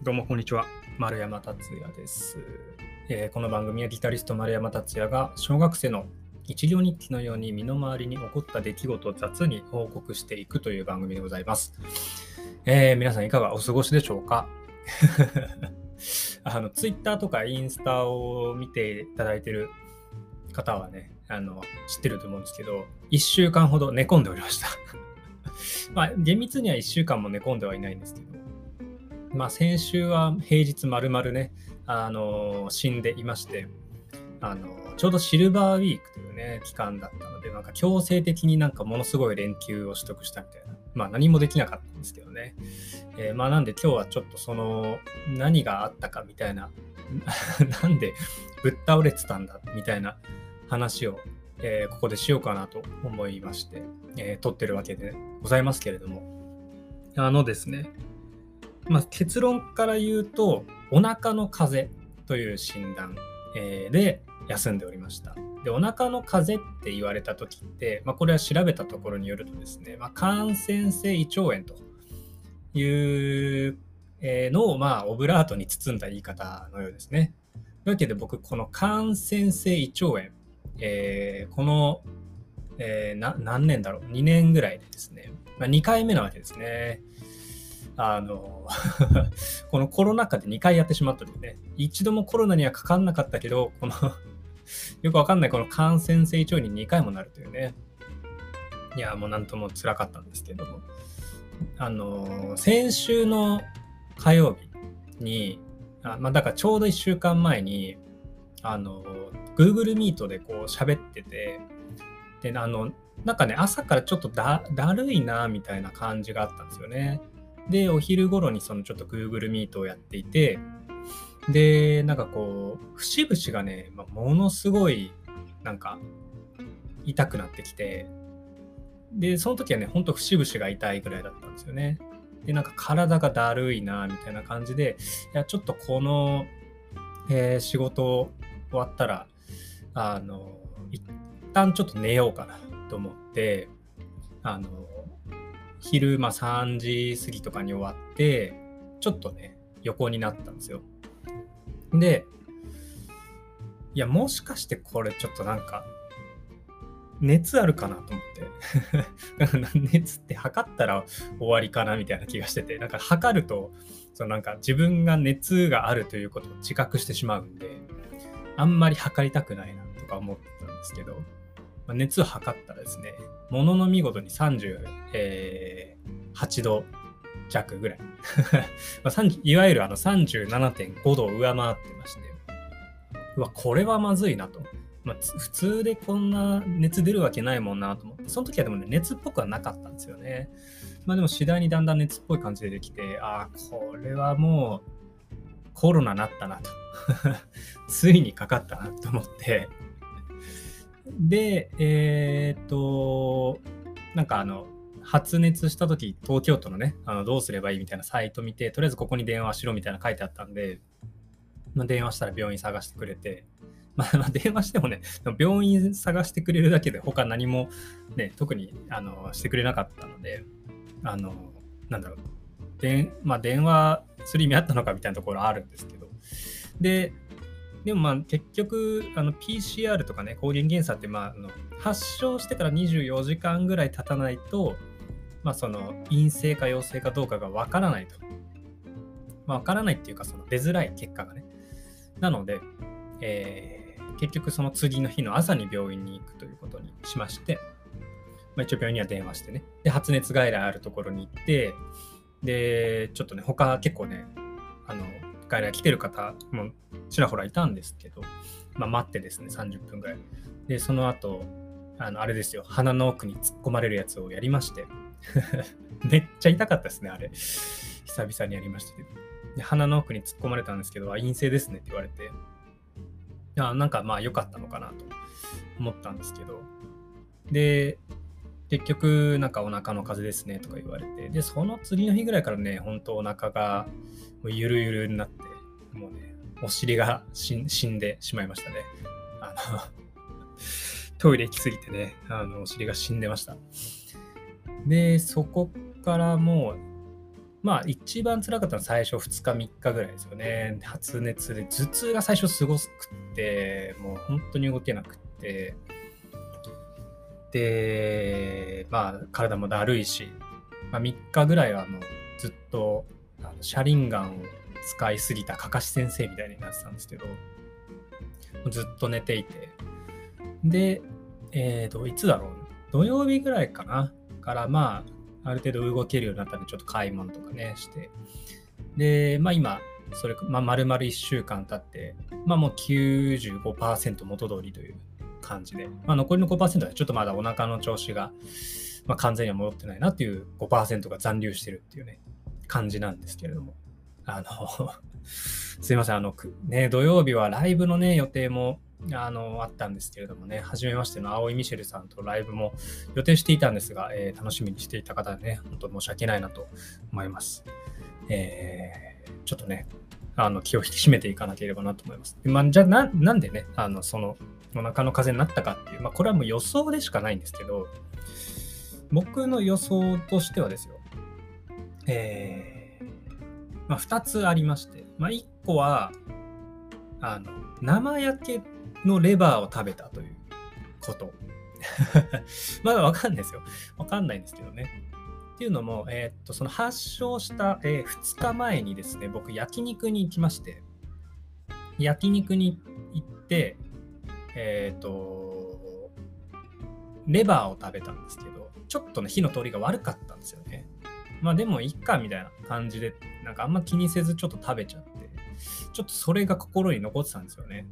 どうもこんにちは。丸山達也です。この番組はギタリスト丸山達也が小学生の一行日記のように身の回りに起こった出来事を雑に報告していくという番組でございます。皆さんいかがお過ごしでしょうかツイッターとかインスタを見ていただいている方はね、知ってると思うんですけど、1週間ほど寝込んでおりました。厳密には1週間も寝込んではいないんですけど、先週は平日丸々ね、死んでいまして、ちょうどシルバーウィークというね、期間だったので、強制的にものすごい連休を取得したみたいな。何もできなかったんですけどね。なんで今日はちょっとその何があったかみたいな、なんでぶっ倒れてたんだみたいな話を、ここでしようかなと思いまして、撮ってるわけでございますけれども。ですね、結論から言うと、お腹の風邪という診断、で休んでおりました。で、お腹の風邪って言われた時って、これは調べたところによるとですね、感染性胃腸炎というのをオブラートに包んだ言い方のようですね。というわけで僕、この感染性胃腸炎、この、何年だろう、2年ぐらいでですね、2回目なわけですね。このコロナ禍で2回やってしまったというね、一度もコロナにはかかんなかったけど、このよくわかんないこの感染性胃腸に2回もなるというね。いや、もうなんとも辛かったんですけども、先週の火曜日に、だからちょうど1週間前に、Google Meet でこう喋ってて、で、朝からちょっとだるいなみたいな感じがあったんですよね。で、お昼頃にちょっと Google Meet をやっていて、で、節々がね、ものすごい、痛くなってきて、で、その時はね、ほんと節々が痛いぐらいだったんですよね。で、体がだるいな、みたいな感じで、いや、ちょっとこの、仕事終わったら、一旦ちょっと寝ようかなと思って、昼3時過ぎとかに終わって、ちょっとね、横になったんですよ。で、いや、もしかしてこれちょっと熱あるかなと思って。熱って測ったら終わりかなみたいな気がしてて、測ると、自分が熱があるということを自覚してしまうんで、あんまり測りたくないなとか思ってたんですけど、熱を測ったらですね、ものの見事に38度弱ぐらい。いわゆる37.5 度を上回ってまして、これはまずいなと。普通でこんな熱出るわけないもんなと思って、その時はでもね、熱っぽくはなかったんですよね。でも次第にだんだん熱っぽい感じでできて、これはもうコロナなったなと。ついにかかったなと思って、で、発熱した時、東京都のね、どうすればいいみたいなサイト見て、とりあえずここに電話しろみたいな書いてあったんで、電話したら病院探してくれて、電話してもね、病院探してくれるだけで他何もね、特にしてくれなかったので、電話する意味あったのかみたいなところあるんですけど、でも結局PCR とかね、抗原検査って発症してから24時間ぐらい経たないと、その陰性か陽性かどうかがわからないと。わからないっていうか、出づらい結果がね。なので、結局その次の日の朝に病院に行くということにしまして、一応病院には電話してね、で、発熱外来あるところに行って、で、ちょっとね、他結構ね、外来来てる方もちらほらいたんですけど、待ってですね、30分ぐらい。で、その後、あれですよ、鼻の奥に突っ込まれるやつをやりまして、めっちゃ痛かったですね、あれ。久々にやりましたけど。で、鼻の奥に突っ込まれたんですけど、陰性ですねって言われて、良かったのかなと思ったんですけど、で、結局お腹の風邪ですねとか言われて、で、その次の日ぐらいからね、本当お腹がもうゆるゆるになって、もうね、お尻が死んでしまいましたね。トイレ行き過ぎてね、お尻が死んでました。で、そこからもう、 まあ一番辛かったのは最初2日3日ぐらいですよね。発熱で頭痛が最初すごくって、もう本当に動けなくって、で、まあ体もだるいし、まあ、3日ぐらいはもうずっとシャリンガンを使いすぎたかかし先生みたいになってたんですけど、ずっと寝ていて、で、いつだろう、土曜日ぐらいかなからまあある程度動けるようになったんで、ちょっと買い物とかねして、でまあ今それ、まあ、丸々1週間経って、まあもう 95% 元通りという感じで、まあ、残りの 5% はちょっとまだお腹の調子が、まあ、完全には戻ってないなっていう 5% が残留してるっていうね感じなんですけれども、すいません、ね、土曜日はライブのね予定もあったんですけれどもね、初めましての青井ミシェルさんとライブも予定していたんですが、楽しみにしていた方はね、本当申し訳ないなと思います。ちょっとね、気を引き締めていかなければなと思います。で、まあ、じゃあなんでね、そのお腹の風邪になったかっていう、まあ、これはもう予想でしかないんですけど、僕の予想としてはですよ、まあ、2つありまして、まあ、1個は生焼けのレバーを食べたということ。まだわかんないですよ。わかんないんですけどね。っていうのも、その発症した、2日前にですね、僕焼肉に行きまして、焼肉に行って、レバーを食べたんですけど、ちょっとね火の通りが悪かったんですよね。まあでもいっかみたいな感じで、なんかあんま気にせずちょっと食べちゃって、ちょっとそれが心に残ってたんですよね。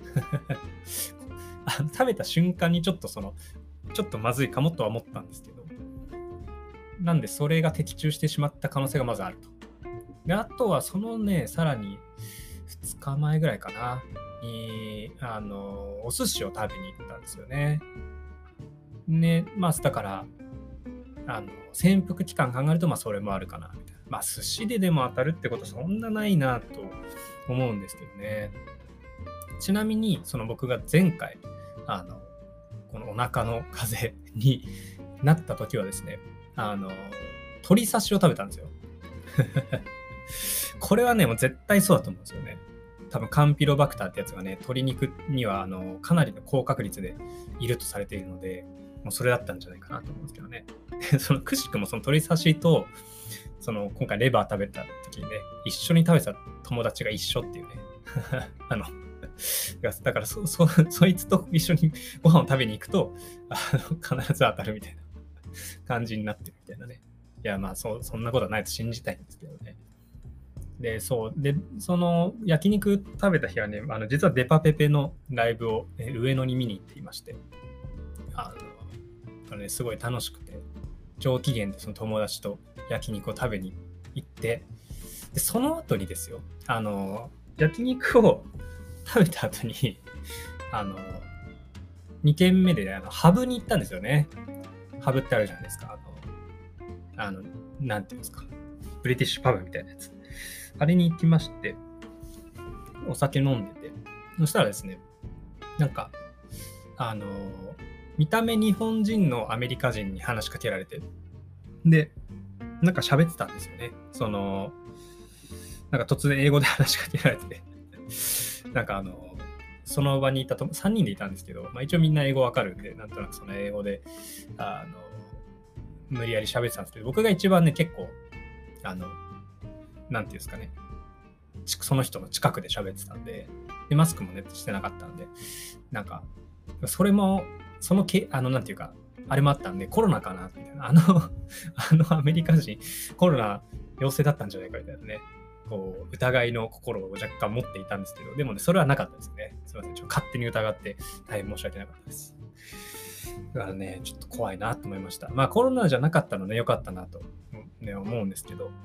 食べた瞬間にちょっとまずいかもとは思ったんですけど、なんでそれが的中してしまった可能性がまずあると。で、あとはそのね、さらに2日前ぐらいかなにお寿司を食べに行ったんですよね。ね、まあだから潜伏期間考えるとまあそれもあるかなみたいな。まあ寿司でも当たるってことそんなないなと思うんですけどね。ちなみにその僕が前回このお腹の風邪になった時はですね、鶏刺しを食べたんですよ。これはねもう絶対そうだと思うんですよね。多分カンピロバクターってやつがね、鶏肉にはかなりの高確率でいるとされているので、もうそれだったんじゃないかなと思うんですけどね。そのくしくもその鶏刺しとその今回レバー食べた時にね、一緒に食べた友達が一緒っていうね。だからそいつと一緒にご飯を食べに行くと必ず当たるみたいな感じになってるみたいなね。いやまあそんなことはないと信じたいんですけどね。で、その焼肉食べた日はね、実はデパペペのライブを上野に見に行っていまして、すごい楽しくて、上機嫌でその友達と焼肉を食べに行って、でその後にですよ、焼肉を食べた後に、2軒目でハブに行ったんですよね。ハブってあるじゃないですか。なんていうんですか。ブリティッシュパブみたいなやつ。あれに行きまして、お酒飲んでて、そしたらですね、なんか、見た目日本人のアメリカ人に話しかけられて、で、なんか喋ってたんですよね。なんか突然英語で話しかけられて、なんかその場にいた3人でいたんですけど、まあ、一応みんな英語わかるんで、なんとなくその英語で、無理やり喋ってたんですけど、僕が一番ね、結構、なんていうんですかね、その人の近くで喋ってたんで、マスクもね、してなかったんで、なんか、それも、なんていうか、あれもあったんで、コロナかなみたいな、アメリカ人、コロナ陽性だったんじゃないかみたいなね、こう、疑いの心を若干持っていたんですけど、でもね、それはなかったですね。すいません、勝手に疑って、大変申し訳なかったです。だからね、ちょっと怖いなと思いました。まあ、コロナじゃなかったのね、良かったなと、ね、思うんですけど、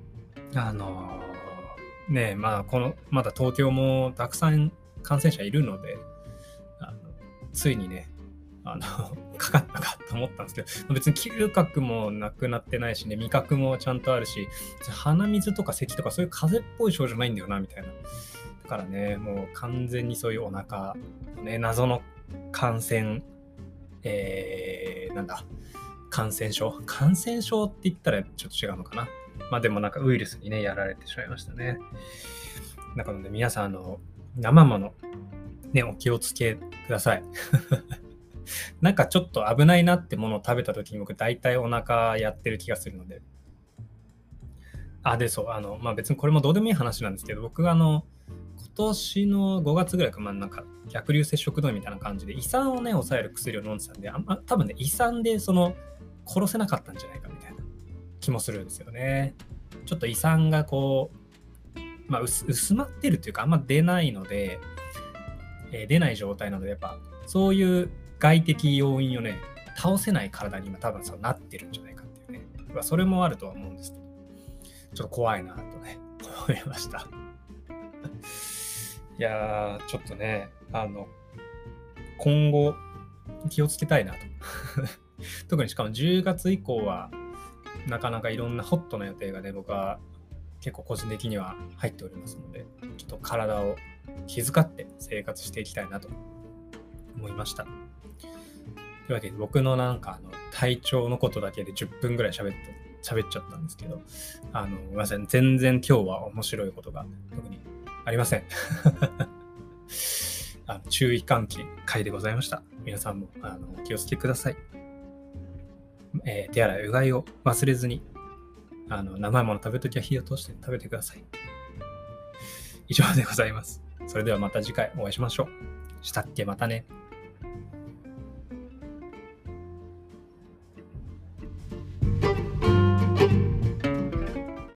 ね、まあまだ東京もたくさん感染者いるので、ついにね、かかったかと思ったんですけど、別に嗅覚もなくなってないしね、味覚もちゃんとあるし、鼻水とか咳とかそういう風邪っぽい症状ないんだよな、みたいな。だからね、もう完全にそういうお腹、ね、謎の感染、感染症って言ったらちょっと違うのかな。 まあでもなんかウイルスにね、やられてしまいましたね。なので皆さん、生もの、ね、お気をつけください。なんかちょっと危ないなってものを食べた時に僕大体お腹やってる気がするので。で、そう、まあ別にこれもどうでもいい話なんですけど、僕が今年の5月ぐらいか、まあなんか逆流性食道炎みたいな感じで胃酸をね、抑える薬を飲んでたんで、多分ね、胃酸で殺せなかったんじゃないかみたいな気もするんですよね。ちょっと胃酸がまあ薄まってるというかあんま出ないので、出ない状態なので、やっぱそういう外的要因をね、倒せない体に今多分なってるんじゃないかっていうね。それもあるとは思うんですけど、ちょっと怖いなとね、思いました。いやー、ちょっとね、今後気をつけたいなと。特にしかも10月以降は、なかなかいろんなホットな予定がね、僕は結構個人的には入っておりますので、ちょっと体を気遣って生活していきたいなと思いました。というわけで僕のなんか体調のことだけで10分ぐらい喋っちゃったんですけど、ごめんなさい、全然今日は面白いことが特にありません。注意喚起会でございました。皆さんもお気をつけください。手洗いうがいを忘れずに、生もの食べときは火を通して食べてください。以上でございます。それではまた次回お会いしましょう。したっけ、またね。